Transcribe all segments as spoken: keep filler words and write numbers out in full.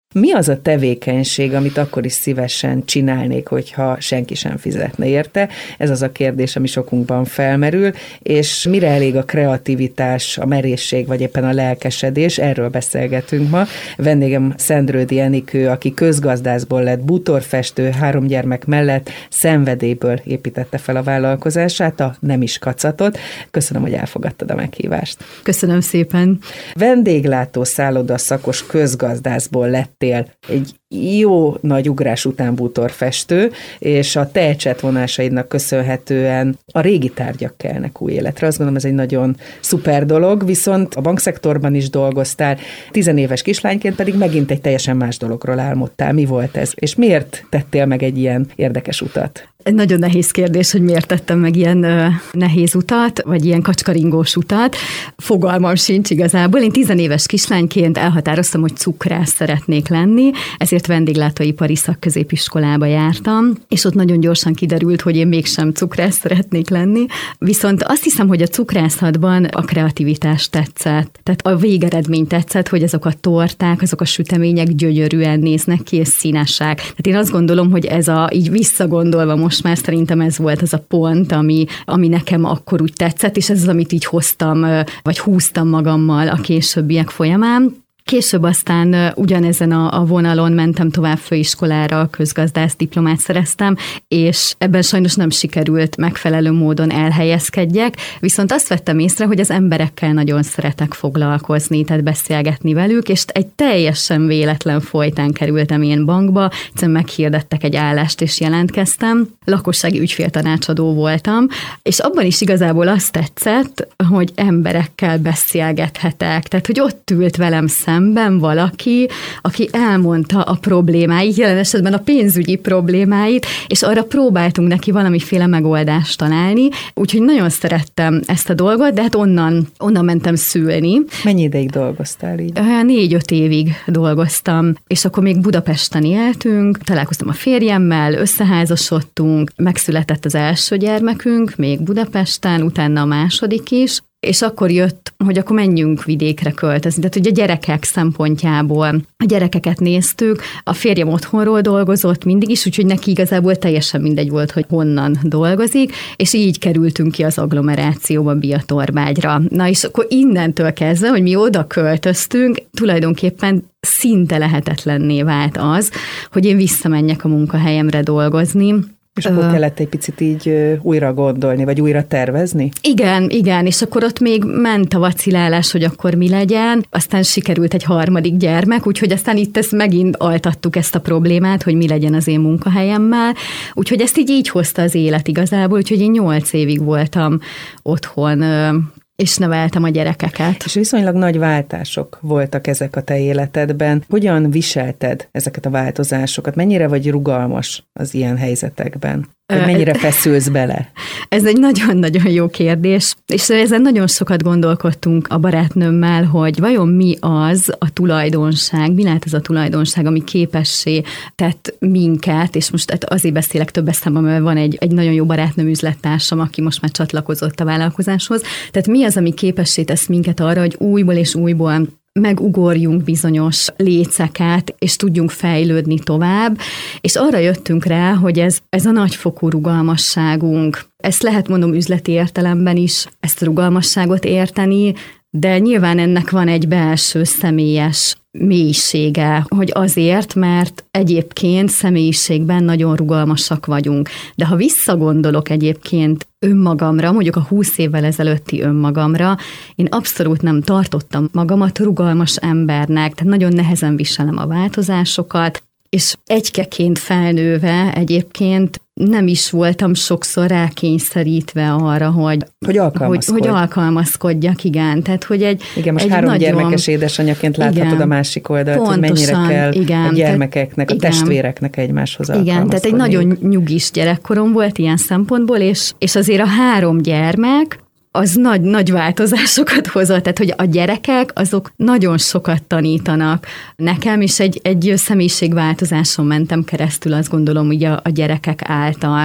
Mi az a tevékenység, amit akkor is szívesen csinálnék, hogyha senki sem fizetne érte? Ez az a kérdés, ami sokunkban felmerül, és mire elég a kreativitás, a merészség, vagy éppen a lelkesedés? Erről beszélgetünk ma. Vendégem Szendrődi Enikő, aki közgazdászból lett bútorfestő, három gyermek mellett szenvedélyből építette fel a vállalkozását, a Nem is kacatot. Köszönöm, hogy elfogadtad a meghívást. Köszönöm szépen. Vendéglátó szálloda szakos közgazdászból lettél egy jó nagy ugrás után bútorfestő, és a te ecsetvonásaidnak köszönhetően a régi tárgyak kelnek új életre. Azt gondolom, ez egy nagyon szuper dolog, viszont a bankszektorban is dolgoztál, tizenéves kislányként pedig megint egy teljesen más dologról álmodtál. Mi volt ez? És miért tettél meg egy ilyen érdekes utat? Egy nagyon nehéz kérdés, hogy miért tettem meg ilyen ö, nehéz utat, vagy ilyen kacskaringós utat. Fogalmam sincs igazából. Én tizenéves kislányként elhatároztam, hogy cukrász szeretnék lenni, ezért vendéglátóipari szakközépiskolába jártam, és ott nagyon gyorsan kiderült, hogy én mégsem cukrász szeretnék lenni. Viszont azt hiszem, hogy a cukrászatban a kreativitás tetszett. Tehát a végeredmény tetszett, hogy azok a torták, azok a sütemények gyönyörűen néznek ki, és színesek. Tehát én azt gondolom, hogy ez a, így visszagondolva most már szerintem ez volt az a pont, ami, ami nekem akkor úgy tetszett, és ez az, amit így hoztam, vagy húztam magammal a későbbiek folyamán. Később aztán ugyanezen a, a vonalon mentem tovább főiskolára, közgazdász diplomát szereztem, és ebben sajnos nem sikerült megfelelő módon elhelyezkedjek, viszont azt vettem észre, hogy az emberekkel nagyon szeretek foglalkozni, tehát beszélgetni velük, és egy teljesen véletlen folytán kerültem én bankba, egyszerűen meghirdettek egy állást, és jelentkeztem. Lakossági ügyféltanácsadó voltam, és abban is igazából azt tetszett, hogy emberekkel beszélgethetek, tehát hogy ott ült velem szemben, szemben valaki, aki elmondta a problémáit, jelen esetben a pénzügyi problémáit, és arra próbáltunk neki valamiféle megoldást találni, úgyhogy nagyon szerettem ezt a dolgot, de hát onnan, onnan mentem szülni. Mennyi ideig dolgoztál így? Négy-öt évig dolgoztam, és akkor még Budapesten éltünk, találkoztam a férjemmel, összeházasodtunk, megszületett az első gyermekünk, még Budapesten, utána a második is, és akkor jött, hogy akkor menjünk vidékre költözni. Tehát ugye a gyerekek szempontjából a gyerekeket néztük, a férjem otthonról dolgozott mindig is, úgyhogy neki igazából teljesen mindegy volt, hogy honnan dolgozik, és így kerültünk ki az agglomerációba, Biatorbágyra. Na és akkor innentől kezdve, hogy mi oda költöztünk, tulajdonképpen szinte lehetetlenné vált az, hogy én visszamenjek a munkahelyemre dolgozni. És akkor uh, kellett egy picit így újra gondolni, vagy újra tervezni? Igen, igen, és akkor ott még ment a vacilálás, hogy akkor mi legyen, aztán sikerült egy harmadik gyermek, úgyhogy aztán itt ezt megint altattuk ezt a problémát, hogy mi legyen az én munkahelyemmel, úgyhogy ezt így így hozta az élet igazából, úgyhogy én nyolc évig voltam otthon, és neveltem a gyerekeket. És viszonylag nagy váltások voltak ezek a te életedben. Hogyan viselted ezeket a változásokat? Mennyire vagy rugalmas az ilyen helyzetekben? Hogy mennyire feszülsz bele? Ez egy nagyon-nagyon jó kérdés, és ezen nagyon sokat gondolkodtunk a barátnőmmel, hogy vajon mi az a tulajdonság, mi lehet az a tulajdonság, ami képessé tett minket, és most azért beszélek több eszemben, mert van egy, egy nagyon jó barátnőm, üzlettársam, aki most már csatlakozott a vállalkozáshoz. Tehát mi az, ami képessé tesz minket arra, hogy újból és újból megugorjunk bizonyos léceket, és tudjunk fejlődni tovább, és arra jöttünk rá, hogy ez, ez a nagyfokú rugalmasságunk. Ezt lehet mondom üzleti értelemben is, ezt a rugalmasságot érteni, de nyilván ennek van egy belső személyes mélysége, hogy azért, mert egyébként személyiségben nagyon rugalmasak vagyunk. De ha visszagondolok egyébként önmagamra, mondjuk a húsz évvel ezelőtti önmagamra, én abszolút nem tartottam magamat rugalmas embernek, tehát nagyon nehezen viselem a változásokat, és egykeként felnőve egyébként nem is voltam sokszor rákényszerítve arra, hogy, hogy, alkalmazkodj. hogy, hogy alkalmazkodjak, igen. Tehát, hogy egy, igen, most egy három nagyon, gyermekes édesanyaként láthatod igen, a másik oldalt, pontosan, hogy mennyire kell igen, a gyermekeknek, tehát, a testvéreknek egymáshoz igen, alkalmazkodni. Igen, tehát egy nagyon nyugis gyerekkorom volt ilyen szempontból, és, és azért a három gyermek, az nagy, nagy változásokat hozott, tehát hogy a gyerekek azok nagyon sokat tanítanak. Nekem is egy, egy személyiségváltozáson mentem keresztül, azt gondolom, ugye a, a gyerekek által.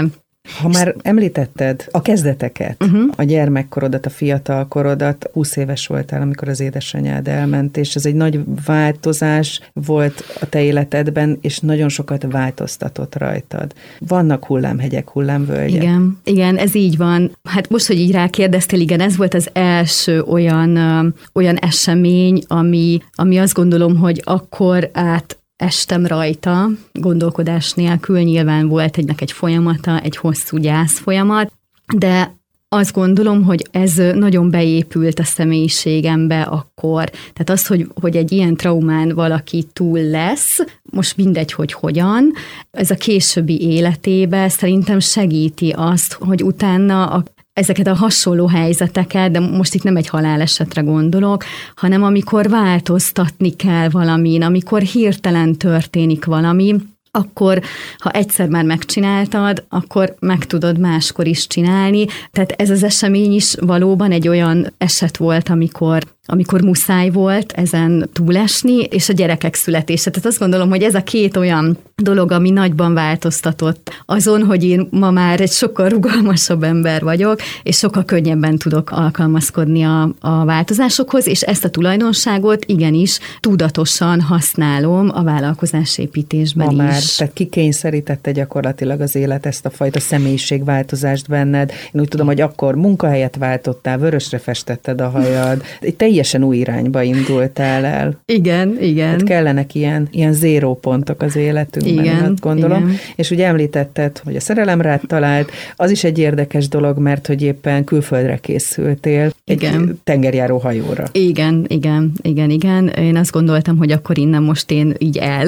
Ha már említetted a kezdeteket, uh-huh. a gyermekkorodat, a fiatalkorodat, húsz éves voltál, amikor az édesanyád elment, és ez egy nagy változás volt a te életedben, és nagyon sokat változtatott rajtad. Vannak hullámhegyek, hullámvölgyek. Igen, igen, ez így van. Hát most, hogy így rákérdeztél, igen, ez volt az első olyan, olyan esemény, ami, ami azt gondolom, hogy akkor át estem rajta, gondolkodás nélkül, nyilván volt egynek egy folyamata, egy hosszú gyász folyamat, de azt gondolom, hogy ez nagyon beépült a személyiségembe akkor. Tehát az, hogy, hogy egy ilyen traumán valaki túl lesz, most mindegy, hogy hogyan, ez a későbbi életébe szerintem segíti azt, hogy utána a ezeket a hasonló helyzeteket, de most itt nem egy halálesetre gondolok, hanem amikor változtatni kell valamin, amikor hirtelen történik valami, akkor, ha egyszer már megcsináltad, akkor meg tudod máskor is csinálni. Tehát ez az esemény is valóban egy olyan eset volt, amikor amikor muszáj volt ezen túlesni, és a gyerekek születése. Tehát azt gondolom, hogy ez a két olyan dolog, ami nagyban változtatott azon, hogy én ma már egy sokkal rugalmasabb ember vagyok, és sokkal könnyebben tudok alkalmazkodni a, a változásokhoz, és ezt a tulajdonságot igenis tudatosan használom a vállalkozásépítésben ma is. Már, tehát kikényszerítette gyakorlatilag az élet ezt a fajta személyiségváltozást benned. Én úgy tudom, hogy akkor munkahelyet váltottál, vörösre festetted a hajad, egy teljesen új irányba indultál el. Igen, igen. Hát kellenek ilyen, ilyen zéró pontok az életünkben, igen, hát gondolom. Igen. És ugye említetted, hogy a szerelem rád talált, az is egy érdekes dolog, mert hogy éppen külföldre készültél, igen. egy tengerjáró hajóra. Igen, igen, igen, igen. Én azt gondoltam, hogy akkor innen most én így el,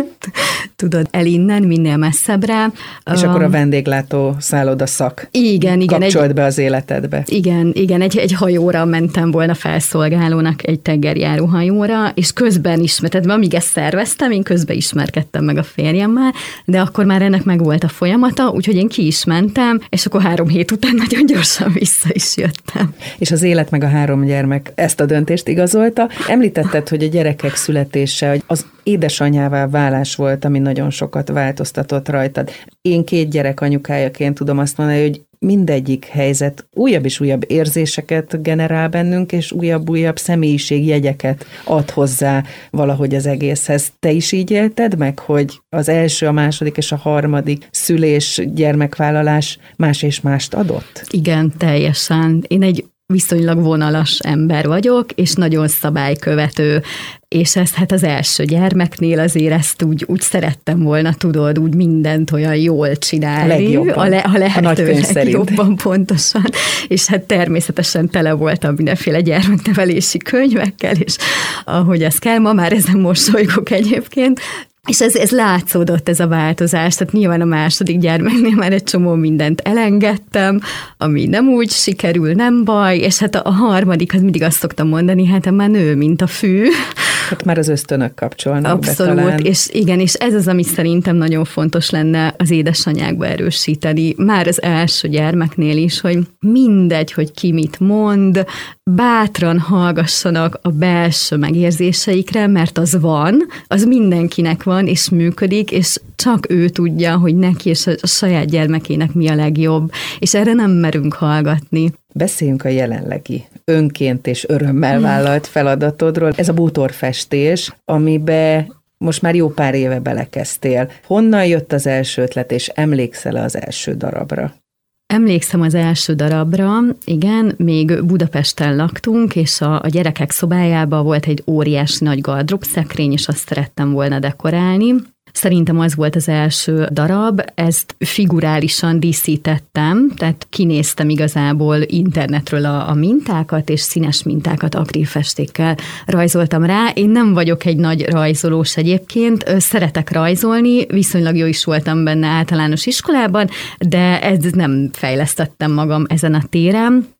tudod, el innen, minél messzebbre. És um, akkor a vendéglátó szálloda szak igen, igen, kapcsolt egy, be az életedbe. Igen, igen, egy, egy hajóra mentem volna felszolgálónak, egy tengerjáró hajóra, és közben ismerted, amíg ezt szerveztem, én közben ismerkedtem meg a férjemmel, de akkor már ennek meg volt a folyamata, úgyhogy én ki is mentem, és akkor három hét után nagyon gyorsan vissza is jöttem. És az élet meg a három gyermek ezt a döntést igazolta. Említetted, hogy a gyerekek születése, hogy az édesanyává válás volt, ami nagyon sokat változtatott rajtad. Én két gyerek anyukájaként tudom azt mondani, hogy mindegyik helyzet újabb és újabb érzéseket generál bennünk, és újabb-újabb személyiségjegyeket ad hozzá valahogy az egészhez. Te is így élted meg, hogy az első, a második és a harmadik szülés, gyermekvállalás más és mást adott? Igen, teljesen. Én egy viszonylag vonalas ember vagyok, és nagyon szabálykövető, és ezt hát az első gyermeknél azért ezt úgy, úgy szerettem volna, tudod, úgy mindent olyan jól csinálni. Legjobban. A, le, a lehető a legjobban pontosan. És hát természetesen tele voltam mindenféle gyermeknevelési könyvekkel, és ahogy ez kell, ma már ezen mosolygok egyébként. És ez, ez látszódott, ez a változás, tehát nyilván a második gyermeknél már egy csomó mindent elengedtem, ami nem úgy sikerül, nem baj, és hát a harmadik, az mindig azt szoktam mondani, hát már nő, mint a fű. Hát már az ösztönök kapcsolnak. Abszolút, és igen, és ez az, ami szerintem nagyon fontos lenne az édesanyákba erősíteni, már az első gyermeknél is, hogy mindegy, hogy ki mit mond, bátran hallgassanak a belső megérzéseikre, mert az van, az mindenkinek van, és működik, és csak ő tudja, hogy neki és a saját gyermekének mi a legjobb, és erre nem merünk hallgatni. Beszéljünk a jelenlegi önként és örömmel vállalt feladatodról. Ez a bútorfestés, amibe most már jó pár éve belekezdtél. Honnan jött az első ötlet, és emlékszel az első darabra? Emlékszem az első darabra, igen, még Budapesten laktunk, és a, a gyerekek szobájában volt egy óriási nagy gardróbszekrény, és azt szerettem volna dekorálni. Szerintem az volt az első darab, ezt figurálisan díszítettem, tehát kinéztem igazából internetről a, a mintákat, és színes mintákat akrilfestékkel rajzoltam rá. Én nem vagyok egy nagy rajzolós egyébként, szeretek rajzolni, viszonylag jó is voltam benne általános iskolában, de ez nem fejlesztettem magam ezen a téren.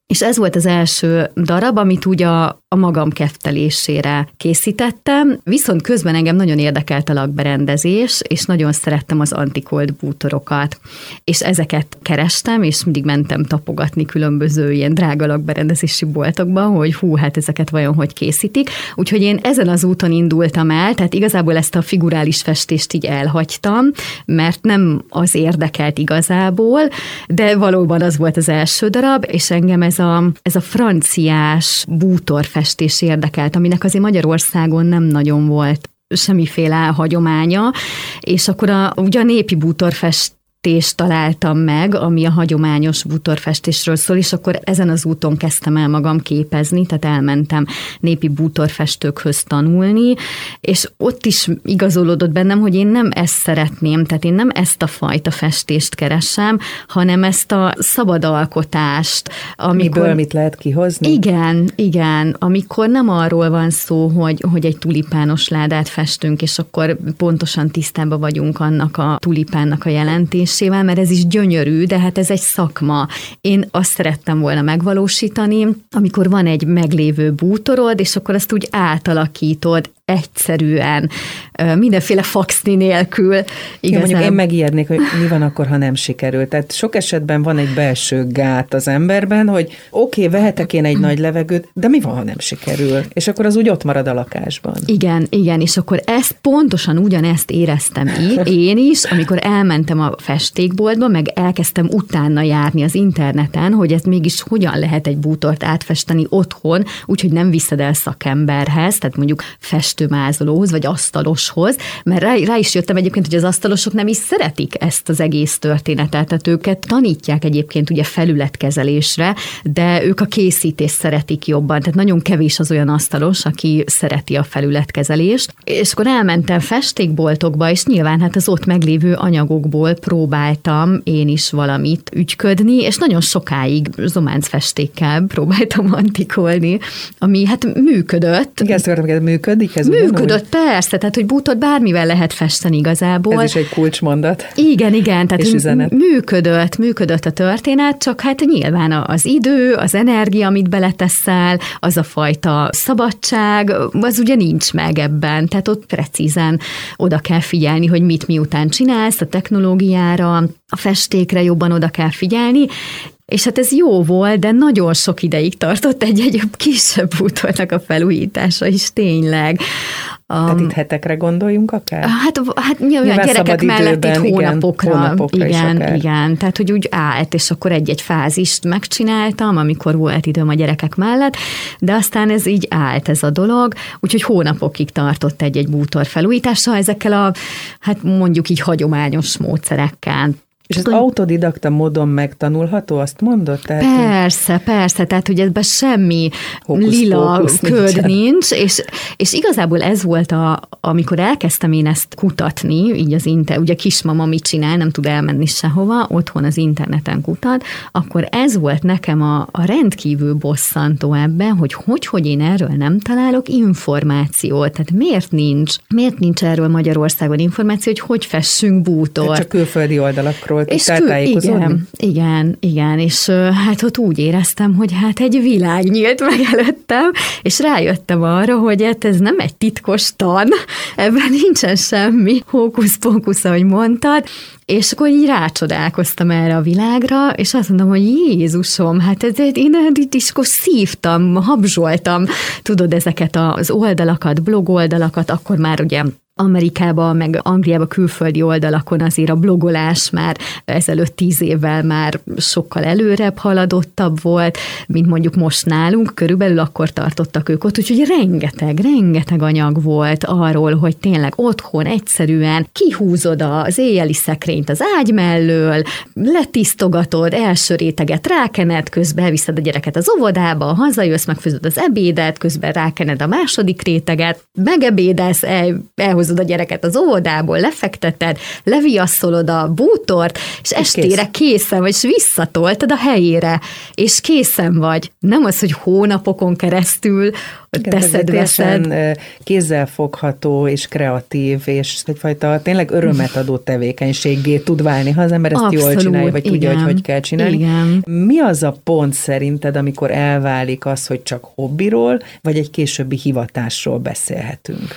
És ez volt az első darab, amit úgy a, a magam keftelésére készítettem, viszont közben engem nagyon érdekelt a lakberendezés, és nagyon szerettem az antikold bútorokat. És ezeket kerestem, és mindig mentem tapogatni különböző ilyen drága lakberendezési boltokban, hogy hú, hát ezeket vajon hogy készítik. Úgyhogy én ezen az úton indultam el, tehát igazából ezt a figurális festést így elhagytam, mert nem az érdekelt igazából, de valóban az volt az első darab, és engem ez a, ez a franciás bútorfestés érdekelt, aminek azért Magyarországon nem nagyon volt semmiféle hagyománya, és akkor a, ugye a népi bútorfest találtam meg, ami a hagyományos bútorfestésről szól, és akkor ezen az úton kezdtem el magam képezni, tehát elmentem népi bútorfestőkhöz tanulni, és ott is igazolódott bennem, hogy én nem ezt szeretném, tehát én nem ezt a fajta festést keresem, hanem ezt a szabad alkotást. Amikor, miből mit lehet kihozni? Igen, igen, amikor nem arról van szó, hogy, hogy egy tulipános ládát festünk, és akkor pontosan tisztában vagyunk annak a tulipánnak a jelentés, mert ez is gyönyörű, de hát ez egy szakma. Én azt szerettem volna megvalósítani, amikor van egy meglévő bútorod, és akkor azt úgy átalakítod egyszerűen, mindenféle faxni nélkül. Igazán... Mondjuk én megijednék, hogy mi van akkor, ha nem sikerül. Tehát sok esetben van egy belső gát az emberben, hogy oké, okay, vehetek én egy nagy levegőt, de mi van, ha nem sikerül? És akkor az úgy ott marad a lakásban. Igen, igen, és akkor ezt pontosan ugyanezt éreztem én is, amikor elmentem a festékboltba, meg elkezdtem utána járni az interneten, hogy ez mégis hogyan lehet egy bútort átfesteni otthon, úgyhogy nem viszed el szakemberhez, tehát mondjuk festőmázolóhoz, vagy asztaloshoz, mert rá, rá is jöttem egyébként, hogy az asztalosok nem is szeretik ezt az egész történetet, tehát őket tanítják egyébként ugye felületkezelésre, de ők a készítést szeretik jobban, tehát nagyon kevés az olyan asztalos, aki szereti a felületkezelést, és akkor elmentem festékboltokba, és nyilván hát az ott meglévő anyagokból próbáltam én is valamit ügyködni, és nagyon sokáig zománcfestékkel próbáltam antikolni, ami hát működött. Igen, ezt akartam, hogy működik? Ez működött, persze, tehát hogy bútot bármivel lehet festeni igazából. Ez is egy kulcsmondat. Igen, igen, tehát működött, működött a történet, csak hát nyilván az idő, az energia, amit beleteszel, az a fajta szabadság, az ugye nincs meg ebben, tehát ott precízen oda kell figyelni, hogy mit miután csinálsz, a technológiára, a festékre jobban oda kell figyelni, és hát ez jó volt, de nagyon sok ideig tartott egy-egy kisebb bútornak a felújítása is tényleg. Um, Tehát itt hetekre gondoljunk akár? Hát, hát nyilván gyerekek mellett itt hónapokra. Igen, hónapokra igen, igen, tehát hogy úgy állt, és akkor egy-egy fázist megcsináltam, amikor volt időm a gyerekek mellett, de aztán ez így állt ez a dolog, úgyhogy hónapokig tartott egy-egy bútor felújítása ezekkel a, hát mondjuk így hagyományos módszerekkel. És ez autodidakta módon megtanulható, azt mondod? Tehát, persze, persze, tehát hogy ebben semmi hókusz, lila hókusz köd nincs, nincs és, és igazából ez volt, a, amikor elkezdtem én ezt kutatni, így az internet, ugye kismama mit csinál, nem tud elmenni sehova, otthon az interneten kutat, akkor ez volt nekem a, a rendkívül bosszantó ebben, hogy hogy, hogy én erről nem találok információt, tehát miért nincs, miért nincs erről Magyarországon információ, hogy hogy fessünk bútort. Csak külföldi oldalakról. És kül, igen, igen, igen, és hát ott úgy éreztem, hogy hát egy világ nyílt meg előttem, és rájöttem arra, hogy hát ez nem egy titkos tan, ebben nincsen semmi hókusz-pókusz, ahogy mondtad, és akkor így rácsodálkoztam erre a világra, és azt mondom, hogy Jézusom, hát ez, én itt is akkor szívtam, habzsoltam, tudod, ezeket az oldalakat, blogoldalakat, akkor már ugye Amerikában, meg Angliában külföldi oldalakon azért a blogolás már ezelőtt tíz évvel már sokkal előrebb haladottabb volt, mint mondjuk most nálunk, körülbelül akkor tartottak ők ott, úgyhogy rengeteg, rengeteg anyag volt arról, hogy tényleg otthon egyszerűen kihúzod az éjjeli szekrényt az ágy mellől, letisztogatod, első réteget rákened, közben elviszed a gyereket az óvodába, hazajössz, megfőzöd az ebédet, közben rákened a második réteget, megebédelsz, el, elhoz kihozod a gyereket az óvodából, lefekteted, leviasszolod a bútort, és, és estére kész. készen vagy, és visszatoltad a helyére, és készen vagy. Nem az, hogy hónapokon keresztül teszed, veszed. Kézzelfogható és kreatív, és egyfajta tényleg örömet adó tevékenységgé tud válni, ha az ember ezt Abszolút, jól csinálja, vagy igen, tudja, hogy hogy kell csinálni. Igen. Mi az a pont szerinted, amikor elválik az, hogy csak hobbiról, vagy egy későbbi hivatásról beszélhetünk?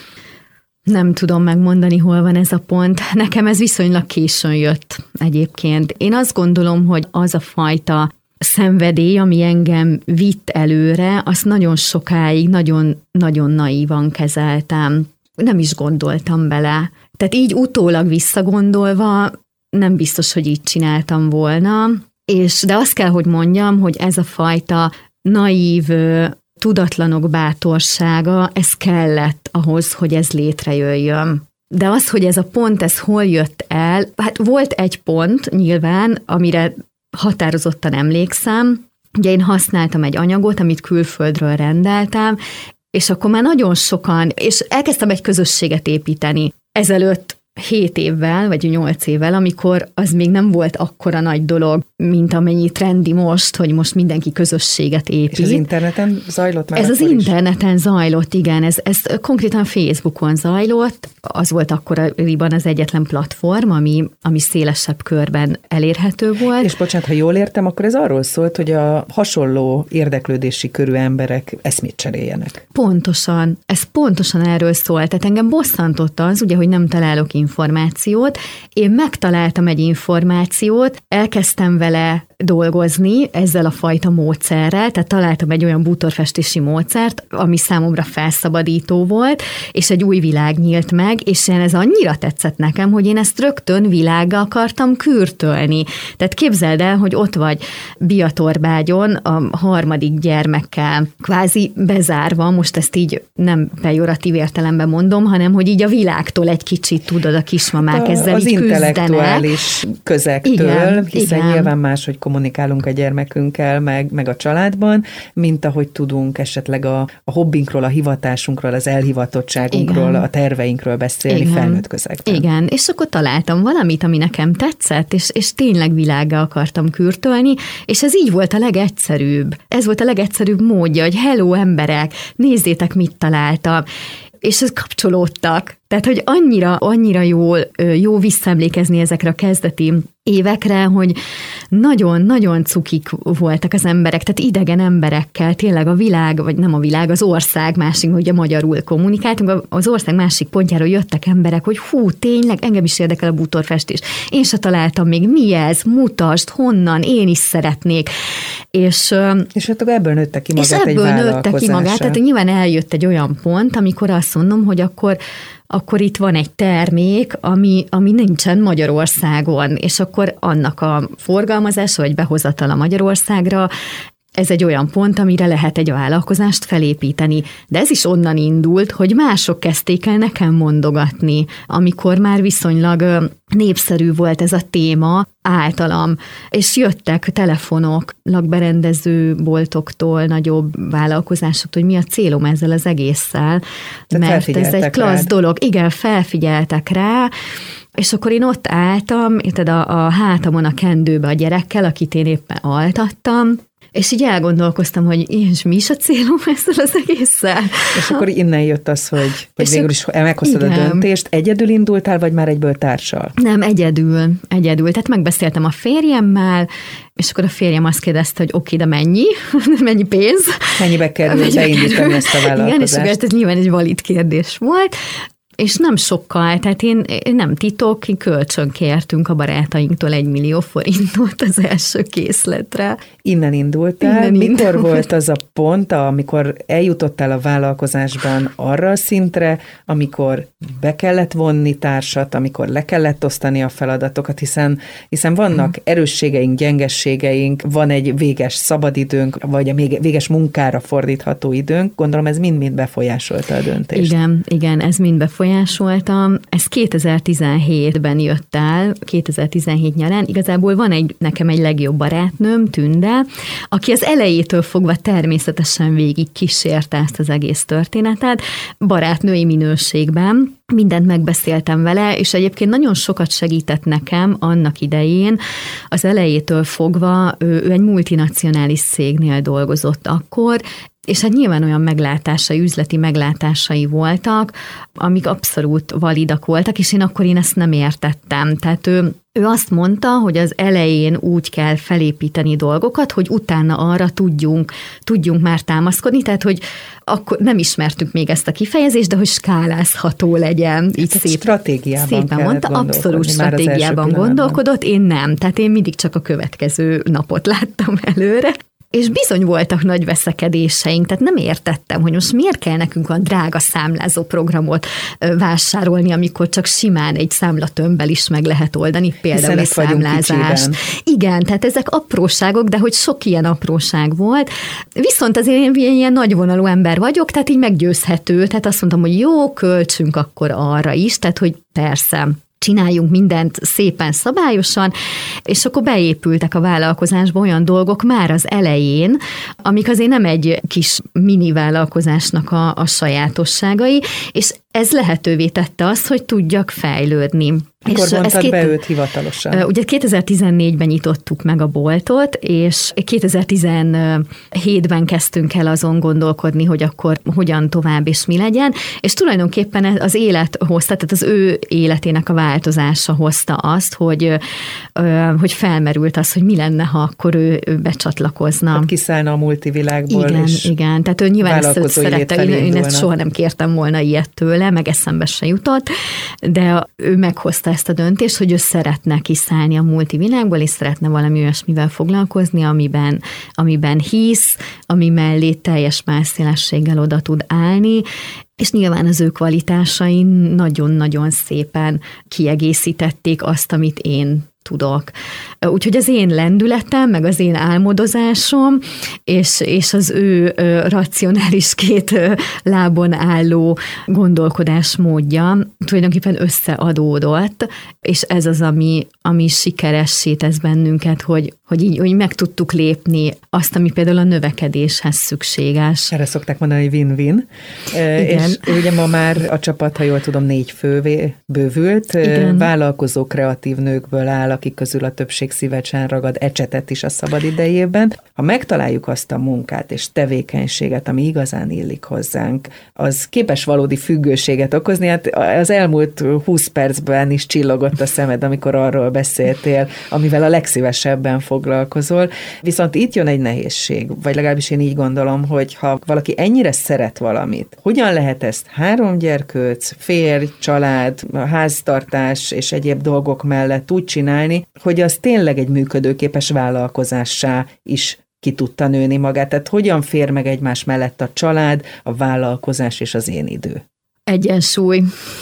Nem tudom megmondani, hol van ez a pont. Nekem ez viszonylag későn jött egyébként. Én azt gondolom, hogy az a fajta szenvedély, ami engem vitt előre, azt nagyon sokáig, nagyon-nagyon naívan kezeltem. Nem is gondoltam bele. Tehát így utólag visszagondolva nem biztos, hogy így csináltam volna. És, de azt kell, hogy mondjam, hogy ez a fajta naív, tudatlanok bátorsága, ez kellett ahhoz, hogy ez létrejöjjön. De az, hogy ez a pont, ez hol jött el, hát volt egy pont nyilván, amire határozottan emlékszem. Ugye én használtam egy anyagot, amit külföldről rendeltem, és akkor már nagyon sokan, és elkezdtem egy közösséget építeni. Ezelőtt hét évvel, vagy nyolc évvel, amikor az még nem volt akkora nagy dolog, mint amennyi trendi most, hogy most mindenki közösséget épít. És az interneten zajlott már? Ez az is? interneten zajlott, igen. Ez, ez konkrétan Facebookon zajlott. Az volt akkoriban az egyetlen platform, ami, ami szélesebb körben elérhető volt. És bocsánat, ha jól értem, akkor ez arról szólt, hogy a hasonló érdeklődési körű emberek eszmét cseréljenek. Pontosan. Ez pontosan erről szólt. Tehát engem bosszantott az, ugye, hogy nem találok információt. Én megtaláltam egy információt, elkezdtem vele dolgozni ezzel a fajta módszerrel, tehát találtam egy olyan bútorfestési módszert, ami számomra felszabadító volt, és egy új világ nyílt meg, és ez annyira tetszett nekem, hogy én ezt rögtön világgal akartam kürtölni. Tehát képzeld el, hogy ott vagy Biatorbágyon a harmadik gyermekkel, kvázi bezárva, most ezt így nem pejoratív értelemben mondom, hanem hogy így a világtól egy kicsit tudod, a kismamák a, ezzel az így küzdenek. Az intellektuális közegtől, igen, hiszen igen. Nyilván máshogy kommunikálunk a gyermekünkkel, meg, meg a családban, mint ahogy tudunk esetleg a, a hobbinkról, a hivatásunkról, az elhivatottságunkról, igen. a terveinkről beszélni igen. felnőtt közegben. Igen, és akkor találtam valamit, ami nekem tetszett, és, és tényleg világgá akartam kürtölni, és ez így volt a legegyszerűbb. Ez volt a legegyszerűbb módja, hogy hello emberek, nézzétek, mit találtam. És ez kapcsolódtak. Tehát, hogy annyira, annyira jól, jó visszaemlékezni ezekre a kezdeti évekre, hogy nagyon-nagyon cukik voltak az emberek, tehát idegen emberekkel, tényleg a világ, vagy nem a világ, az ország másik, ugye magyarul kommunikáltunk, az ország másik pontjáról jöttek emberek, hogy hú, tényleg, engem is érdekel a bútorfestés. Én se találtam még, mi ez, mutasd, honnan, én is szeretnék. És, és ebből nőtte ki magát egy vállalkozása. És ebből nőtte ki magát, tehát nyilván eljött egy olyan pont, amikor azt mondom, hogy akkor akkor itt van egy termék, ami, ami nincsen Magyarországon, és akkor annak a forgalmazása vagy behozatala Magyarországra, ez egy olyan pont, amire lehet egy vállalkozást felépíteni. De ez is onnan indult, hogy mások kezdték el nekem mondogatni, amikor már viszonylag népszerű volt ez a téma általam, és jöttek telefonok lakberendező boltoktól, nagyobb vállalkozásoktól, hogy mi a célom ezzel az egésszel, de mert ez egy klassz rád. dolog. Igen, felfigyeltek rá, és akkor én ott álltam, érted, a, a hátamon a kendőbe a gyerekkel, akit én éppen altattam, és így elgondolkoztam, hogy és mi is a célom ezzel az egésszel. És akkor innen jött az, hogy, hogy végül is meghoztad igen. a döntést. Egyedül indultál, vagy már egyből társal? Nem, egyedül. Egyedül. Tehát megbeszéltem a férjemmel, és akkor a férjem azt kérdezte, hogy oké, de mennyi? Mennyi pénz? Mennyibe kerül beindítani ezt a vállalkozást? Igen, és akkor ez nyilván egy valid kérdés volt. És nem sokkal, tehát én, én nem titok, kölcsön kértünk a barátainktól egy millió forintot az első készletre. Innen indultál. Innen Mikor indult. Volt az a pont, amikor eljutottál a vállalkozásban arra a szintre, amikor be kellett vonni társat, amikor le kellett osztani a feladatokat, hiszen, hiszen vannak hmm. erősségeink, gyengességeink, van egy véges szabadidőnk, vagy a véges munkára fordítható időnk. Gondolom ez mind-mind befolyásolta a döntést. Igen, igen, ez mind befolyásolta. befolyásoltam, ez kétezer-tizenhétben jött el, kétezer-tizenhét nyarán. Igazából van egy, nekem egy legjobb barátnőm, Tünde, aki az elejétől fogva természetesen végig kísérte ezt az egész történetet, barátnői minőségben. Mindent megbeszéltem vele, és egyébként nagyon sokat segített nekem annak idején, az elejétől fogva, ő, ő egy multinacionális cégnél dolgozott akkor, és hát nyilván olyan meglátásai, üzleti meglátásai voltak, amik abszolút validak voltak, és én akkor én ezt nem értettem. Tehát ő, ő azt mondta, hogy az elején úgy kell felépíteni dolgokat, hogy utána arra tudjunk, tudjunk már támaszkodni, tehát hogy akkor nem ismertük még ezt a kifejezést, de hogy skálázható legyen. Így szép, stratégiában szépen mondta, abszolút stratégiában gondolkodott, én nem, tehát én mindig csak a következő napot láttam előre. És bizony voltak nagy veszekedéseink, tehát nem értettem, hogy most miért kell nekünk a drága számlázó programot vásárolni, amikor csak simán egy számlatömbbel is meg lehet oldani, például a számlázást. Igen, tehát ezek apróságok, de hogy sok ilyen apróság volt. Viszont azért én ilyen nagyvonalú ember vagyok, tehát így meggyőzhető, tehát azt mondtam, hogy jó, költsünk akkor arra is, tehát hogy persze, csináljunk mindent szépen szabályosan, és akkor beépültek a vállalkozásba olyan dolgok már az elején, amik azért nem egy kis mini vállalkozásnak a, a sajátosságai, és ez lehetővé tette azt, hogy tudjak fejlődni. Mikor mondtad két, be őt hivatalosan? Ugye kétezer-tizennégyben nyitottuk meg a boltot, és kétezer-tizenhétben kezdtünk el azon gondolkodni, hogy akkor hogyan tovább és mi legyen, és tulajdonképpen az élet hozta, tehát az ő életének a változása hozta azt, hogy, hogy felmerült az, hogy mi lenne, ha akkor ő, ő becsatlakozna. Hát kiszállna a multivilágból. Igen, és igen, tehát ő nyilván ezt szerette, én ezt soha nem kértem volna ilyet tőle, meg eszembe se jutott, de ő meghozta ezt a döntést, hogy ő szeretne kiszállni a multivilágból, és szeretne valami olyasmivel foglalkozni, amiben, amiben hisz, ami mellé teljes másszélességgel oda tud állni, és nyilván az ő kvalitásai nagyon-nagyon szépen kiegészítették azt, amit én tudok. Úgyhogy az én lendületem, meg az én álmodozásom, és, és az ő racionális két lábon álló gondolkodásmódja tulajdonképpen összeadódott, és ez az, ami, ami sikeressé tesz bennünket, hogy, hogy így hogy meg tudtuk lépni azt, ami például a növekedéshez szükséges. Erre szokták mondani, hogy win-win. Igen. És ugye ma már a csapat, ha jól tudom, négy fővé bővült. Igen. Vállalkozó kreatív nőkből áll, akik közül a többség szívesen ragad ecsetet is a szabad idejében. Ha megtaláljuk azt a munkát és tevékenységet, ami igazán illik hozzánk, az képes valódi függőséget okozni. Hát az elmúlt húsz percben is csillogott a szemed, amikor arról beszéltél, amivel a legszívesebben foglalkozol. Viszont itt jön egy nehézség, vagy legalábbis én így gondolom, hogy ha valaki ennyire szeret valamit, hogyan lehet ezt három gyerkőc, férj, család, háztartás és egyéb dolgok mellett úgy csinálni, hogy az tényleg egy működőképes vállalkozássá is ki tudta nőni magát. Tehát hogyan fér meg egymás mellett a család, a vállalkozás és az én idő? Egyensúly.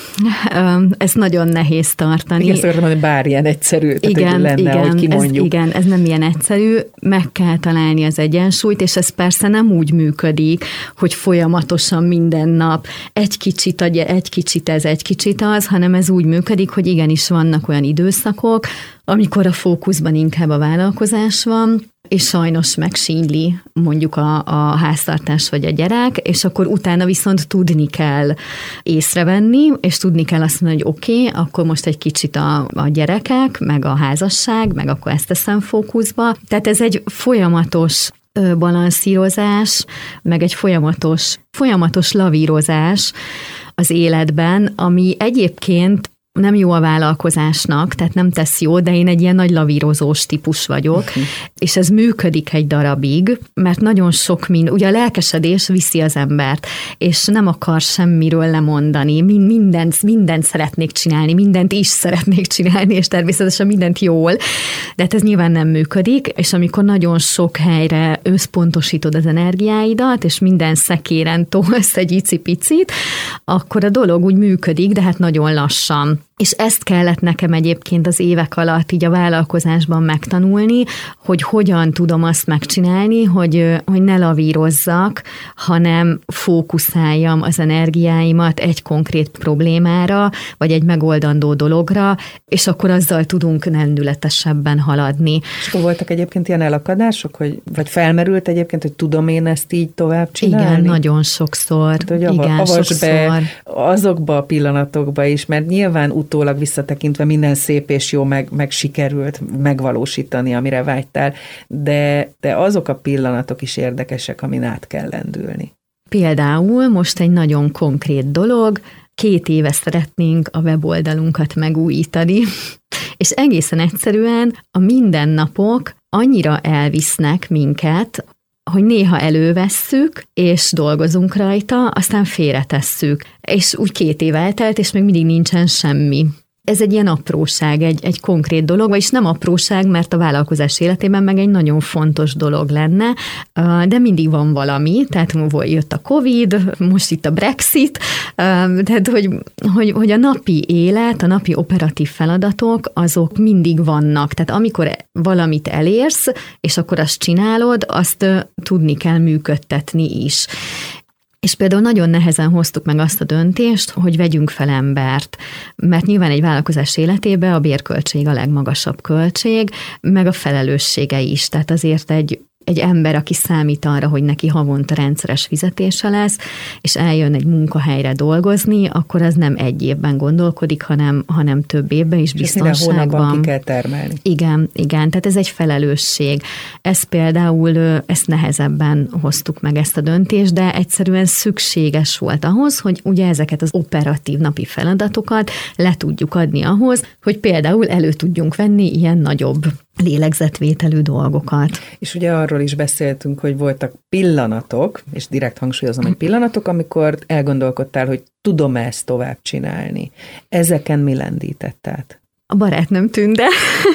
Ez nagyon nehéz tartani. Igen, szoktam mondani, bár ilyen egyszerű, tehát igen, lenne, igen, hogy kimondjuk. Ez, igen, ez nem ilyen egyszerű, meg kell találni az egyensúlyt, és ez persze nem úgy működik, hogy folyamatosan minden nap egy kicsit, egy kicsit ez, egy kicsit az, hanem ez úgy működik, hogy igenis vannak olyan időszakok, amikor a fókuszban inkább a vállalkozás van, és sajnos megsínyli mondjuk a, a háztartás vagy a gyerek, és akkor utána viszont tudni kell észrevenni, és tudni kell azt mondani, hogy oké, okay, akkor most egy kicsit a, a gyerekek, meg a házasság, meg akkor ezt teszem fókuszba. Tehát ez egy folyamatos balanszírozás, meg egy folyamatos, folyamatos lavírozás az életben, ami egyébként nem jó a vállalkozásnak, tehát nem tesz jó, de én egy ilyen nagy lavírozós típus vagyok, uh-huh. és ez működik egy darabig, mert nagyon sok mind, ugye a lelkesedés viszi az embert, és nem akar semmiről lemondani, mindent, mindent szeretnék csinálni, mindent is szeretnék csinálni, és természetesen mindent jól, de hát ez nyilván nem működik, és amikor nagyon sok helyre összpontosítod az energiáidat, és minden szekéren tolsz egy icipicit, akkor a dolog úgy működik, de hát nagyon lassan. És ezt kellett nekem egyébként az évek alatt így a vállalkozásban megtanulni, hogy hogyan tudom azt megcsinálni, hogy, hogy ne lavírozzak, hanem fókuszáljam az energiáimat egy konkrét problémára, vagy egy megoldandó dologra, és akkor azzal tudunk lendületesebben haladni. És akkor voltak egyébként ilyen elakadások, hogy, vagy felmerült egyébként, hogy tudom én ezt így tovább csinálni? Igen, nagyon sokszor. Hát, hogy igen, sokszor. Be azokba a pillanatokba is, mert nyilván utólag visszatekintve minden szép és jó, meg, meg sikerült megvalósítani, amire vágytál, de, de azok a pillanatok is érdekesek, amin át kell lendülni. Például most egy nagyon konkrét dolog, két éve szeretnénk a weboldalunkat megújítani, és egészen egyszerűen a mindennapok annyira elvisznek minket, hogy néha elővesszük, és dolgozunk rajta, aztán félretesszük. És úgy két év eltelt, és még mindig nincsen semmi. Ez egy ilyen apróság, egy, egy konkrét dolog, vagyis nem apróság, mert a vállalkozás életében meg egy nagyon fontos dolog lenne, de mindig van valami, tehát jött a Covid, most itt a Brexit, tehát hogy, hogy, hogy a napi élet, a napi operatív feladatok, azok mindig vannak. Tehát amikor valamit elérsz, és akkor azt csinálod, azt tudni kell működtetni is. És például nagyon nehezen hoztuk meg azt a döntést, hogy vegyünk fel embert, mert nyilván egy vállalkozás életében a bérköltség a legmagasabb költség, meg a felelőssége is. Tehát azért egy egy ember, aki számít arra, hogy neki havonta rendszeres fizetése lesz, és eljön egy munkahelyre dolgozni, akkor az nem egy évben gondolkodik, hanem, hanem több évben is, és biztonságban. Minden hónapban ki kell termelni. Igen, igen, tehát ez egy felelősség. Ez például, ezt nehezebben hoztuk meg ezt a döntést, de egyszerűen szükséges volt ahhoz, hogy ugye ezeket az operatív napi feladatokat le tudjuk adni ahhoz, hogy például elő tudjunk venni ilyen nagyobb lélegzetvételű dolgokat. És ugye arról is beszéltünk, hogy voltak pillanatok, és direkt hangsúlyozom, hogy pillanatok, amikor elgondolkodtál, hogy tudom ezt tovább csinálni. Ezeken mi lendített át? A barátnőm Tünde.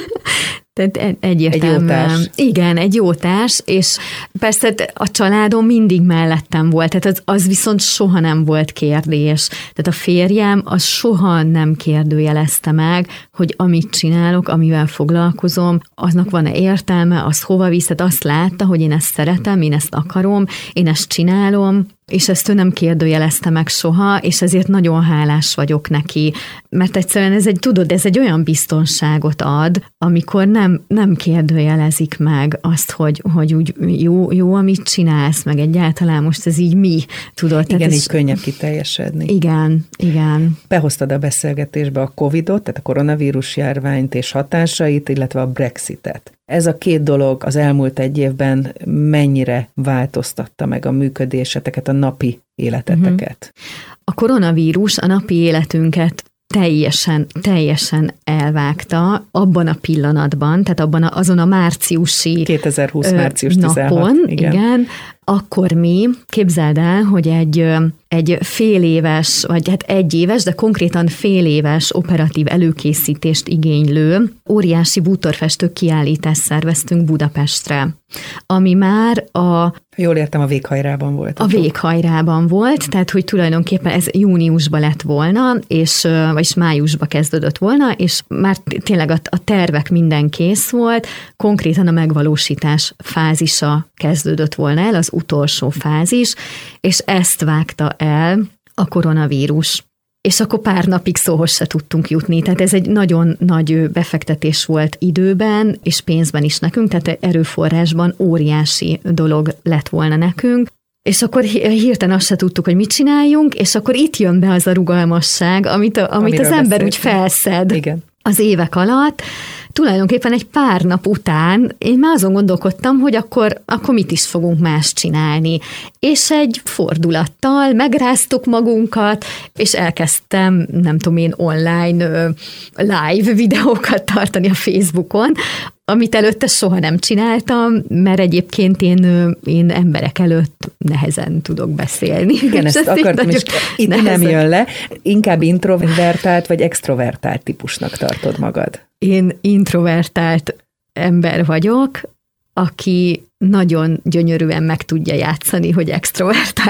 Tehát egyértelműen. Egy jó társ. Igen, egy jó társ, és persze a családom mindig mellettem volt, tehát az, az viszont soha nem volt kérdés. Tehát a férjem az soha nem kérdőjelezte meg, hogy amit csinálok, amivel foglalkozom, aznak van-e értelme, az hova visz, tehát azt látta, hogy én ezt szeretem, én ezt akarom, én ezt csinálom, és ezt ő nem kérdőjelezte meg soha, és ezért nagyon hálás vagyok neki, mert egyszerűen ez egy, tudod, ez egy olyan biztonságot ad, amikor nem, nem kérdőjelezik meg azt, hogy, hogy úgy jó, jó, amit csinálsz, meg egyáltalán most ez így mi, tudod. Igen, tehát így ez, könnyebb kiteljesedni. Igen, igen. Behoztad a beszélgetésbe a Covidot, tehát a koronavírus járványt és hatásait, illetve a Brexitet. Ez a két dolog az elmúlt egy évben mennyire változtatta meg a működéseteket, a napi életeteket? A koronavírus a napi életünket teljesen, teljesen elvágta abban a pillanatban, tehát abban a, azon a márciusi kétezer-húsz március tizenhat napon, igen. igen, akkor mi, képzeld el, hogy egy, egy fél éves, vagy hát egy éves, de konkrétan fél éves operatív előkészítést igénylő óriási bútorfestő kiállítást szerveztünk Budapestre, ami már a... Jól értem, a Véghajrában volt. A Véghajrában volt, tehát hogy tulajdonképpen ez júniusban lett volna, és, vagyis májusban kezdődött volna, és már tényleg a, a tervek minden kész volt, konkrétan a megvalósítás fázisa kezdődött volna el, az utolsó fázis, és ezt vágta el a koronavírus. És akkor pár napig szóhoz se tudtunk jutni. Tehát ez egy nagyon nagy befektetés volt időben, és pénzben is nekünk, tehát erőforrásban óriási dolog lett volna nekünk. És akkor hirtelen azt se tudtuk, hogy mit csináljunk, és akkor itt jön be az a rugalmasság, amit, a, amit az ember beszéltünk. Úgy felszed. Igen. Az évek alatt. Tulajdonképpen egy pár nap után én már azon gondolkodtam, hogy akkor, akkor mit is fogunk más csinálni. És egy fordulattal megráztuk magunkat, és elkezdtem, nem tudom én, online live videókat tartani a Facebookon, amit előtte soha nem csináltam, mert egyébként én, én emberek előtt nehezen tudok beszélni. Igen, ezt akartam, és itt nehezen. Nem jön le. Inkább introvertált vagy extrovertált típusnak tartod magad? Én introvertált ember vagyok, aki nagyon gyönyörűen meg tudja játszani, hogy extrovertált.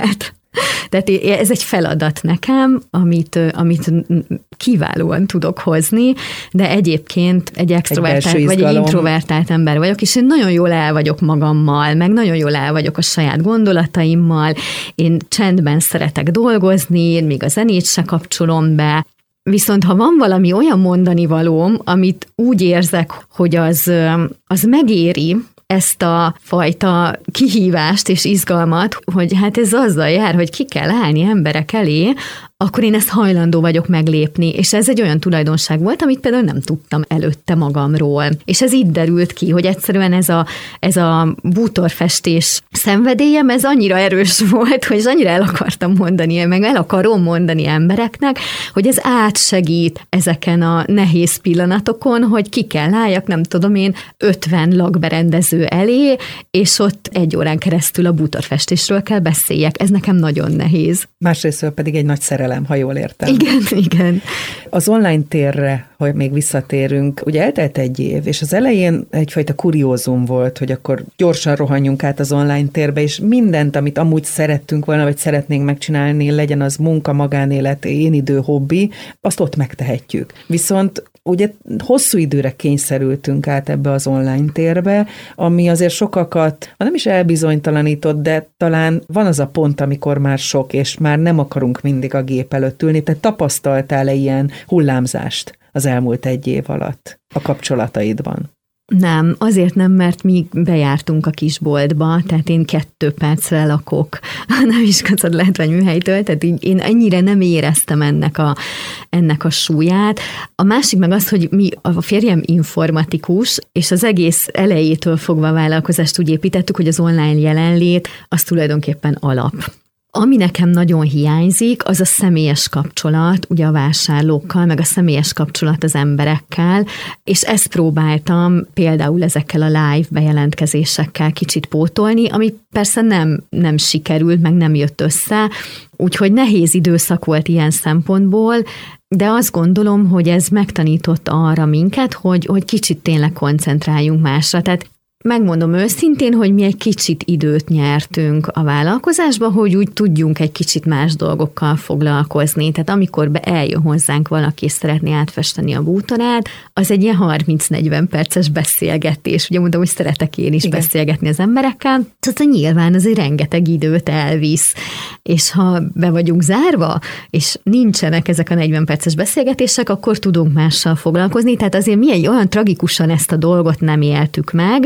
Tehát ez egy feladat nekem, amit, amit kiválóan tudok hozni, de egyébként egy extrovertált egy vagy egy introvertált ember vagyok, és én nagyon jól el vagyok magammal, meg nagyon jól el vagyok a saját gondolataimmal, én csendben szeretek dolgozni, még a zenét se kapcsolom be, viszont ha van valami olyan mondani valóm, amit úgy érzek, hogy az, az megéri ezt a fajta kihívást és izgalmat, hogy hát ez azzal jár, hogy ki kell állni emberek elé, akkor én ezt hajlandó vagyok meglépni, és ez egy olyan tulajdonság volt, amit például nem tudtam előtte magamról. És ez itt derült ki, hogy egyszerűen ez a, ez a bútorfestés szenvedélyem, ez annyira erős volt, hogy annyira el akartam mondani, meg el akarom mondani embereknek, hogy ez átsegít ezeken a nehéz pillanatokon, hogy ki kell álljak, nem tudom én, ötven lakberendező elé, és ott egy órán keresztül a bútorfestésről kell beszéljek. Ez nekem nagyon nehéz. Másrésztől pedig egy nagy szerelem, ha jól értem. Igen, igen. Az online térre, hogy még visszatérünk, ugye eltelt egy év, és az elején egyfajta kuriózum volt, hogy akkor gyorsan rohanjunk át az online térbe, és mindent, amit amúgy szerettünk volna, vagy szeretnénk megcsinálni, legyen az munka, magánélet, én idő, hobbi, azt ott megtehetjük. Viszont ugye hosszú időre kényszerültünk át ebbe az online térbe, ami azért sokakat, nem is elbizonytalanított, de talán van az a pont, amikor már sok, és már nem akarunk mindig a gép előtt ülni. Te tapasztaltál-e ilyen hullámzást az elmúlt egy év alatt a kapcsolataidban? Nem, azért nem, mert mi bejártunk a kisboltba, tehát én kettő percre lakok a Neviskacad látványműhelytől, tehát így én ennyire nem éreztem ennek a, ennek a súlyát. A másik meg az, hogy mi, a férjem informatikus, és az egész elejétől fogva a vállalkozást úgy építettük, hogy az online jelenlét az tulajdonképpen alap. Ami nekem nagyon hiányzik, az a személyes kapcsolat, ugye a vásárlókkal, meg a személyes kapcsolat az emberekkel, és ezt próbáltam például ezekkel a live bejelentkezésekkel kicsit pótolni, ami persze nem, nem sikerült, meg nem jött össze, úgyhogy nehéz időszak volt ilyen szempontból, de azt gondolom, hogy ez megtanított arra minket, hogy, hogy kicsit tényleg koncentráljunk másra, tehát megmondom őszintén, hogy mi egy kicsit időt nyertünk a vállalkozásba, hogy úgy tudjunk egy kicsit más dolgokkal foglalkozni. Tehát amikor be eljön hozzánk valaki, és szeretné átfesteni a bútorát, az egy ilyen harminc-negyven perces beszélgetés. Ugye mondom, hogy szeretek én is Igen. beszélgetni az emberekkel. Tehát nyilván azért rengeteg időt elvisz. És ha be vagyunk zárva, és nincsenek ezek a negyven perces beszélgetések, akkor tudunk mással foglalkozni. Tehát azért mi egy olyan tragikusan ezt a dolgot nem éltük meg,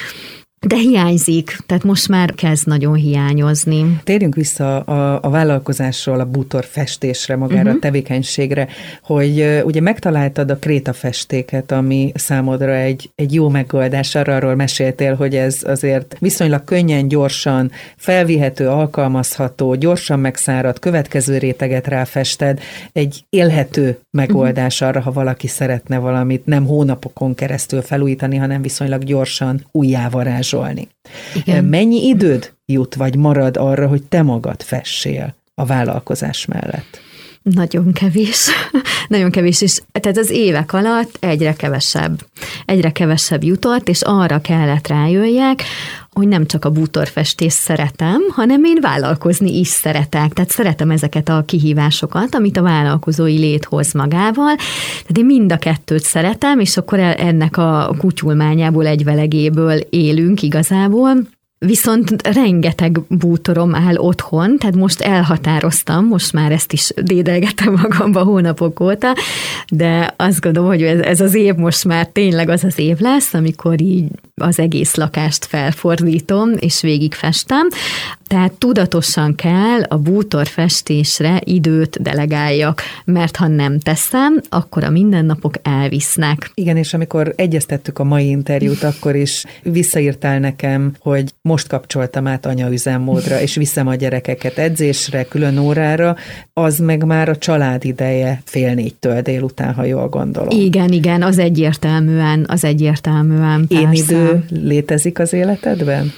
de hiányzik, tehát most már kezd nagyon hiányozni. Térjünk vissza a, a vállalkozásról, a bútorfestésre, magára uh-huh. a tevékenységre, hogy uh, ugye megtaláltad a krétafestéket, ami számodra egy, egy jó megoldás, arra arról meséltél, hogy ez azért viszonylag könnyen, gyorsan, felvihető, alkalmazható, gyorsan megszárad, következő réteget ráfested, egy élhető megoldás uh-huh. arra, ha valaki szeretne valamit nem hónapokon keresztül felújítani, hanem viszonylag gyorsan újjávarázsolni. Igen. Mennyi időd jut, vagy marad arra, hogy te magad fessél a vállalkozás mellett? Nagyon kevés. Nagyon kevés, és tehát az évek alatt egyre kevesebb. Egyre kevesebb jutott, és arra kellett rájöjjek, hogy nem csak a bútorfestést szeretem, hanem én vállalkozni is szeretek. Tehát szeretem ezeket a kihívásokat, amit a vállalkozói lét hoz magával. Tehát én mind a kettőt szeretem, és akkor ennek a kutyulmányából, egy velegéből élünk igazából. Viszont rengeteg bútorom áll otthon, tehát most elhatároztam, most már ezt is dédelgetem magamba hónapok óta, de azt gondolom, hogy ez az év most már tényleg az az év lesz, amikor így az egész lakást felfordítom, és végigfestem. Tehát tudatosan kell a bútorfestésre időt delegáljak, mert ha nem teszem, akkor a mindennapok elvisznek. Igen, és amikor egyeztettük a mai interjút, akkor is visszaírtál nekem, hogy most kapcsoltam át anyaüzemmódra, és viszem a gyerekeket edzésre, külön órára, az meg már a család ideje fél négytől délután, ha jól gondolom. Igen, igen, az egyértelműen, az egyértelműen. Én idő létezik az életedben?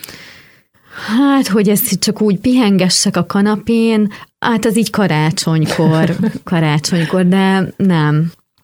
Hát, hogy ezt csak úgy pihengessek a kanapén, hát az így karácsonykor, karácsonykor, de nem.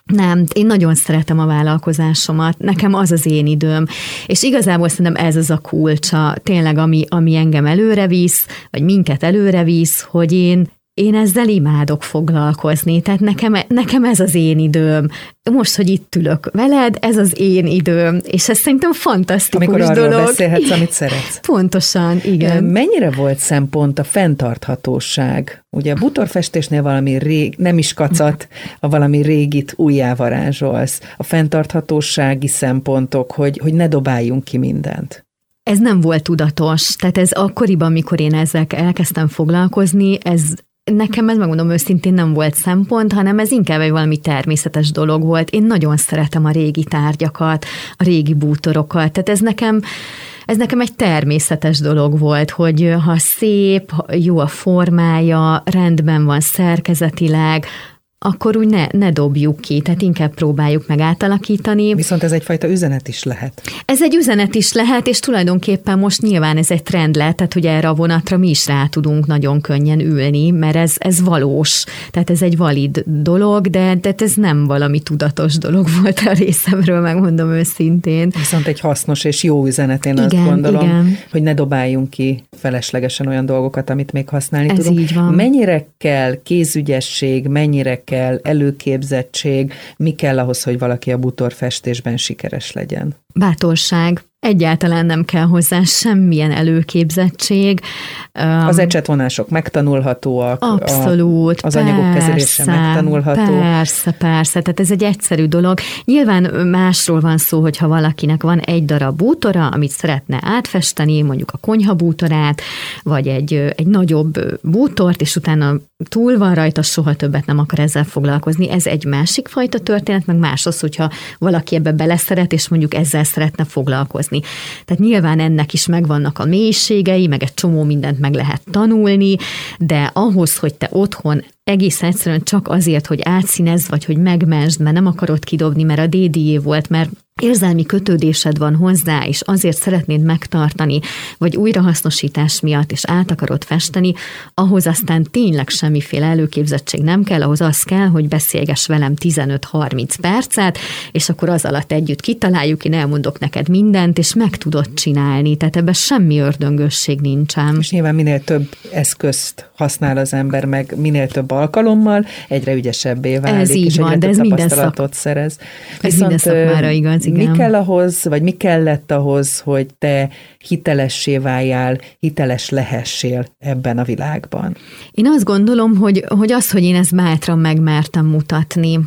Nem, én nagyon szeretem a vállalkozásomat, nekem az az én időm, és igazából szerintem ez az a kulcsa, tényleg, ami, ami engem előre visz, vagy minket előre visz, hogy én Én ezzel imádok foglalkozni, tehát nekem, nekem ez az én időm. Most, hogy itt ülök veled, ez az én időm, és ez szerintem fantasztikus dolog. Amikor arról beszélhetsz, amit szeretsz. Pontosan, igen. Mennyire volt szempont a fenntarthatóság? Ugye a bútorfestésnél valami rég, nem is kacat, a valami régit újjá varázsolsz. A fenntarthatósági szempontok, hogy, hogy ne dobáljunk ki mindent. Ez nem volt tudatos, tehát ez akkoriban, mikor én ezzel elkezdtem foglalkozni, ez nekem, ez megmondom őszintén, nem volt szempont, hanem ez inkább egy valami természetes dolog volt. Én nagyon szeretem a régi tárgyakat, a régi bútorokat, tehát ez nekem, ez nekem egy természetes dolog volt, hogy ha szép, jó a formája, rendben van szerkezetileg, akkor úgy ne, ne dobjuk ki, tehát inkább próbáljuk meg átalakítani. Viszont ez egyfajta üzenet is lehet. Ez egy üzenet is lehet, és tulajdonképpen most nyilván ez egy trend lett, tehát hogy erre a vonatra mi is rá tudunk nagyon könnyen ülni, mert ez, ez valós, tehát ez egy valid dolog, de, de ez nem valami tudatos dolog volt a részemről, megmondom őszintén. Viszont egy hasznos és jó üzenet, én igen, azt gondolom, igen. hogy ne dobáljunk ki feleslegesen olyan dolgokat, amit még használni ez tudunk. Így van. Mennyire kell kézügyesség, mennyire kell előképzettség, mi kell ahhoz, hogy valaki a bútorfestésben sikeres legyen? Bátorság. Egyáltalán nem kell hozzá semmilyen előképzettség. Az ecsetvonások megtanulhatóak. Abszolút, a, az persze, anyagok kezelése megtanulható. Persze, persze, tehát ez egy egyszerű dolog. Nyilván másról van szó, hogyha valakinek van egy darab bútora, amit szeretne átfesteni, mondjuk a konyha bútorát, vagy egy, egy nagyobb bútort, és utána túl van rajta, soha többet nem akar ezzel foglalkozni. Ez egy másik fajta történet, meg más az, hogyha valaki ebbe beleszeret, és mondjuk ezzel szeretne foglalkozni. Tehát nyilván ennek is megvannak a mélységei, meg egy csomó mindent meg lehet tanulni, de ahhoz, hogy te otthon egész egyszerűen csak azért, hogy átszínezd, vagy hogy megmensd, mert nem akarod kidobni, mert a dédié volt, mert érzelmi kötődésed van hozzá, és azért szeretnéd megtartani, vagy újrahasznosítás miatt, és át akarod festeni, ahhoz aztán tényleg semmiféle előképzettség nem kell, ahhoz az kell, hogy beszélgess velem tizenöt-harminc percet, és akkor az alatt együtt kitaláljuk, én elmondok neked mindent, és meg tudod csinálni, tehát ebben semmi ördöngösség nincsen. És nyilván minél több eszközt használ az ember, meg minél több alkalommal, egyre ügyesebbé válik, ez így és van, egyre de több ez tapasztalatot szak... szerez. Ez minden szakmára igaz, igen. Mi kell ahhoz, vagy mi kellett ahhoz, hogy te hitelessé váljál, hiteles lehessél ebben a világban? Én azt gondolom, hogy, hogy az, hogy én ezt bátran megmertem mutatni.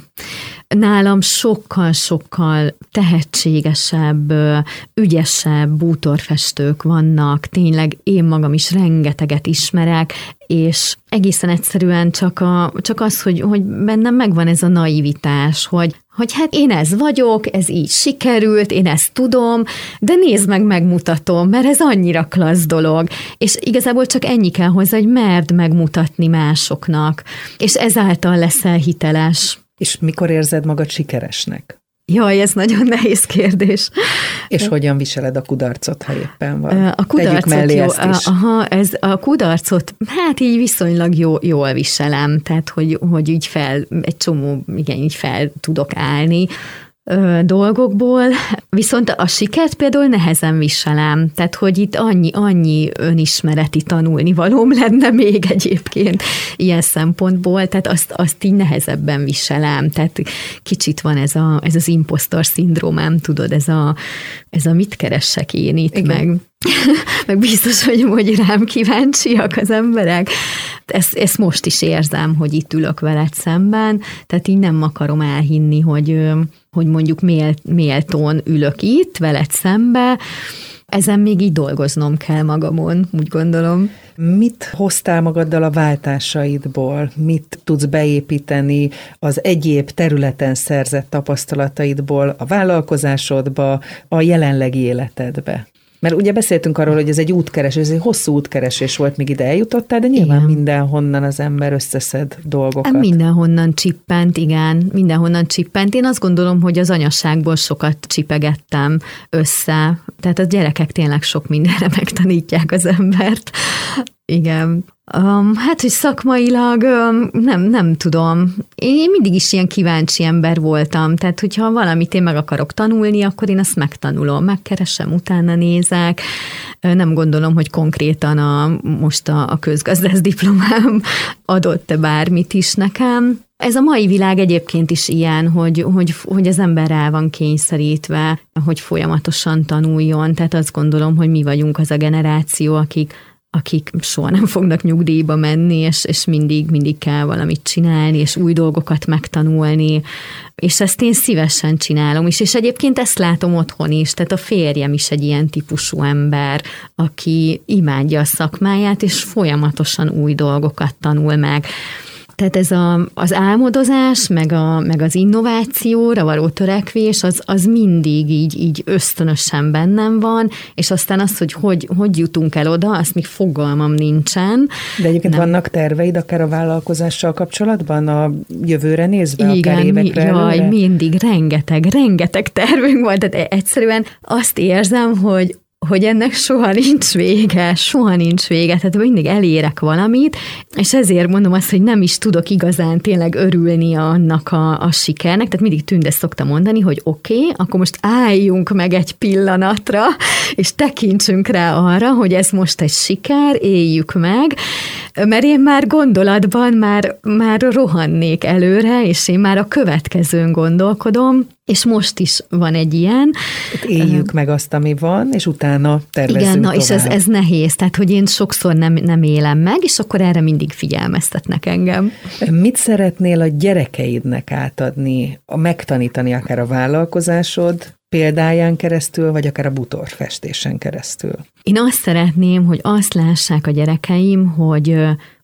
Nálam sokkal-sokkal tehetségesebb, ügyesebb bútorfestők vannak, tényleg én magam is rengeteget ismerek, és egészen egyszerűen csak, a, csak az, hogy, hogy bennem megvan ez a naivitás, hogy hogy hát én ez vagyok, ez így sikerült, én ezt tudom, de nézd meg, megmutatom, mert ez annyira klassz dolog. És igazából csak ennyi kell hozzá, hogy merd megmutatni másoknak, és ezáltal leszel hiteles. És mikor érzed magad sikeresnek? Jaj, ez nagyon nehéz kérdés. És hogyan viseled a kudarcot, ha éppen van? A kudarcot, mellé jó, ezt is. Aha, ez a kudarcot, hát így viszonylag jó, jól viselem, tehát hogy, hogy így fel, egy csomó, igen, így fel tudok állni ö, dolgokból, viszont a sikert például nehezen viselem, tehát hogy itt annyi, annyi önismereti tanulnivalóm lenne még egyébként ilyen szempontból, tehát azt, azt így nehezebben viselem, tehát kicsit van ez, a, ez az impostor szindrómám, tudod, ez a, ez a mit keressek én itt, igen. meg meg biztos, hogy, hogy rám kíváncsiak az emberek. Ezt, ezt most is érzem, hogy itt ülök veled szemben, tehát így nem akarom elhinni, hogy, hogy mondjuk mél, méltón ülök itt veled szembe, ezen még így dolgoznom kell magamon, úgy gondolom. Mit hoztál magaddal a váltásaidból? Mit tudsz beépíteni az egyéb területen szerzett tapasztalataidból a vállalkozásodba, a jelenlegi életedbe? Mert ugye beszéltünk arról, hogy ez egy útkeresés, ez egy hosszú útkeresés volt, míg ide eljutottál, de nyilván igen. mindenhonnan az ember összeszed dolgokat. Mindenhonnan csippent, igen, mindenhonnan csippent. Én azt gondolom, hogy az anyaságból sokat csipegettem össze. Tehát a gyerekek tényleg sok mindenre megtanítják az embert. Igen. Um, hát, hogy szakmailag um, nem, nem tudom. Én mindig is ilyen kíváncsi ember voltam, tehát hogyha valamit én meg akarok tanulni, akkor én azt megtanulom, megkeresem, utána nézek. Nem gondolom, hogy konkrétan a, most a, a közgazdász diplomám adott bármit is nekem. Ez a mai világ egyébként is ilyen, hogy, hogy, hogy az ember rá van kényszerítve, hogy folyamatosan tanuljon, tehát azt gondolom, hogy mi vagyunk az a generáció, akik akik soha nem fognak nyugdíjba menni, és, és mindig, mindig kell valamit csinálni, és új dolgokat megtanulni, és ezt én szívesen csinálom is, és egyébként ezt látom otthon is, tehát a férjem is egy ilyen típusú ember, aki imádja a szakmáját, és folyamatosan új dolgokat tanul meg. Tehát ez a, az álmodozás, meg, a, meg az innovációra való törekvés, az, az mindig így, így ösztönösen bennem van, és aztán az, hogy, hogy hogy jutunk el oda, azt még fogalmam nincsen. De egyébként nem. Vannak terveid akár a vállalkozással kapcsolatban, a jövőre nézve, Igen, akár évekre mi, jaj, előre? mindig, rengeteg, rengeteg tervünk van, tehát egyszerűen azt érzem, hogy hogy ennek soha nincs vége, soha nincs vége, tehát mindig elérek valamit, és ezért mondom azt, hogy nem is tudok igazán tényleg örülni annak a, a sikernek, tehát mindig Tünde szokta mondani, hogy oké, okay, akkor most álljunk meg egy pillanatra, és tekintsünk rá arra, hogy ez most egy siker, éljük meg, mert én már gondolatban már, már rohannék előre, és én már a következőn gondolkodom, és most is van egy ilyen. Hát éljük uh, meg azt, ami van, és utána tervezzünk igen, na, tovább. és ez, ez nehéz, tehát hogy én sokszor nem, nem élem meg, és akkor erre mindig figyelmeztetnek engem. Mit szeretnél a gyerekeidnek átadni, a megtanítani akár a vállalkozásod példáján keresztül, vagy akár a bútorfestésen keresztül? Én azt szeretném, hogy azt lássák a gyerekeim, hogy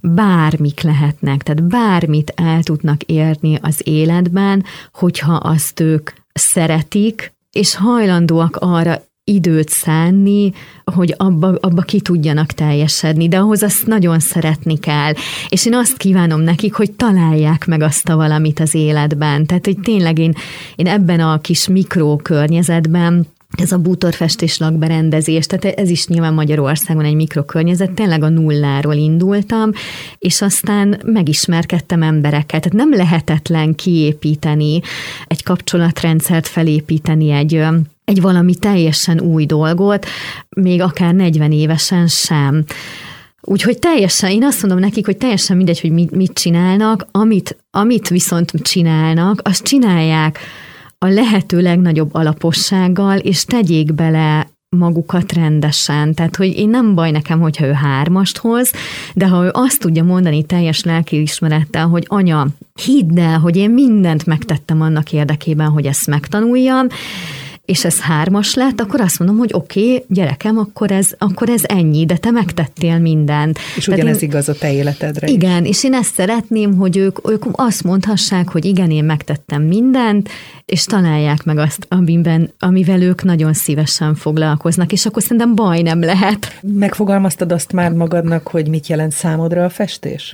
bármik lehetnek, tehát bármit el tudnak érni az életben, hogyha azt ők szeretik, és hajlandóak arra időt szánni, hogy abba, abba ki tudjanak teljesedni, de ahhoz azt nagyon szeretni kell. És én azt kívánom nekik, hogy találják meg azt a valamit az életben. Tehát, hogy tényleg én, én ebben a kis mikrokörnyezetben, ez a bútorfestés, lakberendezés, tehát ez is nyilván Magyarországon egy mikrokörnyezet, tényleg a nulláról indultam, és aztán megismerkedtem emberekkel. Tehát nem lehetetlen kiépíteni egy kapcsolatrendszert, felépíteni egy egy valami teljesen új dolgot, még akár negyven évesen sem. Úgyhogy teljesen, én azt mondom nekik, hogy teljesen mindegy, hogy mit, mit csinálnak, amit, amit viszont csinálnak, azt csinálják a lehető legnagyobb alapossággal, és tegyék bele magukat rendesen. Tehát, hogy én nem baj nekem, hogyha ő hármast hoz, de ha ő azt tudja mondani teljes lelkiismerettel, hogy anya, hidd el, hogy én mindent megtettem annak érdekében, hogy ezt megtanuljam, és ez hármas lett, akkor azt mondom, hogy oké, okay, gyerekem, akkor ez, akkor ez ennyi, de te megtettél mindent. És ugyanez én, igaz a te életedre igen, is. És én ezt szeretném, hogy ők, ők azt mondhassák, hogy igen, én megtettem mindent, és találják meg azt, amiben, amivel ők nagyon szívesen foglalkoznak, és akkor szerintem baj nem lehet. Megfogalmaztad azt már magadnak, hogy mit jelent számodra a festés?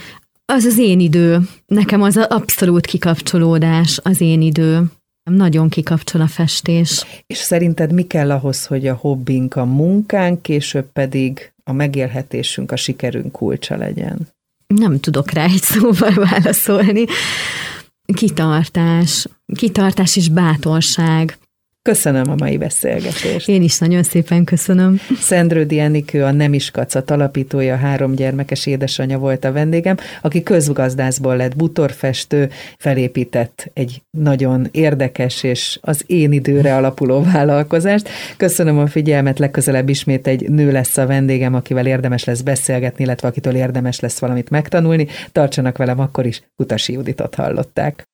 Az az én idő. Nekem az abszolút kikapcsolódás, az én idő. Nagyon kikapcsol a festés. És szerinted mi kell ahhoz, hogy a hobbink a munkánk, később pedig a megélhetésünk, a sikerünk kulcsa legyen? Nem tudok rá egy szóval válaszolni. Kitartás. Kitartás és bátorság. Köszönöm a mai beszélgetést. Én is nagyon szépen köszönöm. Szendrődi Enikő, a Nem is kacat alapítója, három gyermekes édesanyja volt a vendégem, aki közgazdászból lett bútorfestő, felépített egy nagyon érdekes és az én időre alapuló vállalkozást. Köszönöm a figyelmet, legközelebb ismét egy nő lesz a vendégem, akivel érdemes lesz beszélgetni, illetve akitől érdemes lesz valamit megtanulni. Tartsanak velem akkor is, Kutasi Juditot hallották.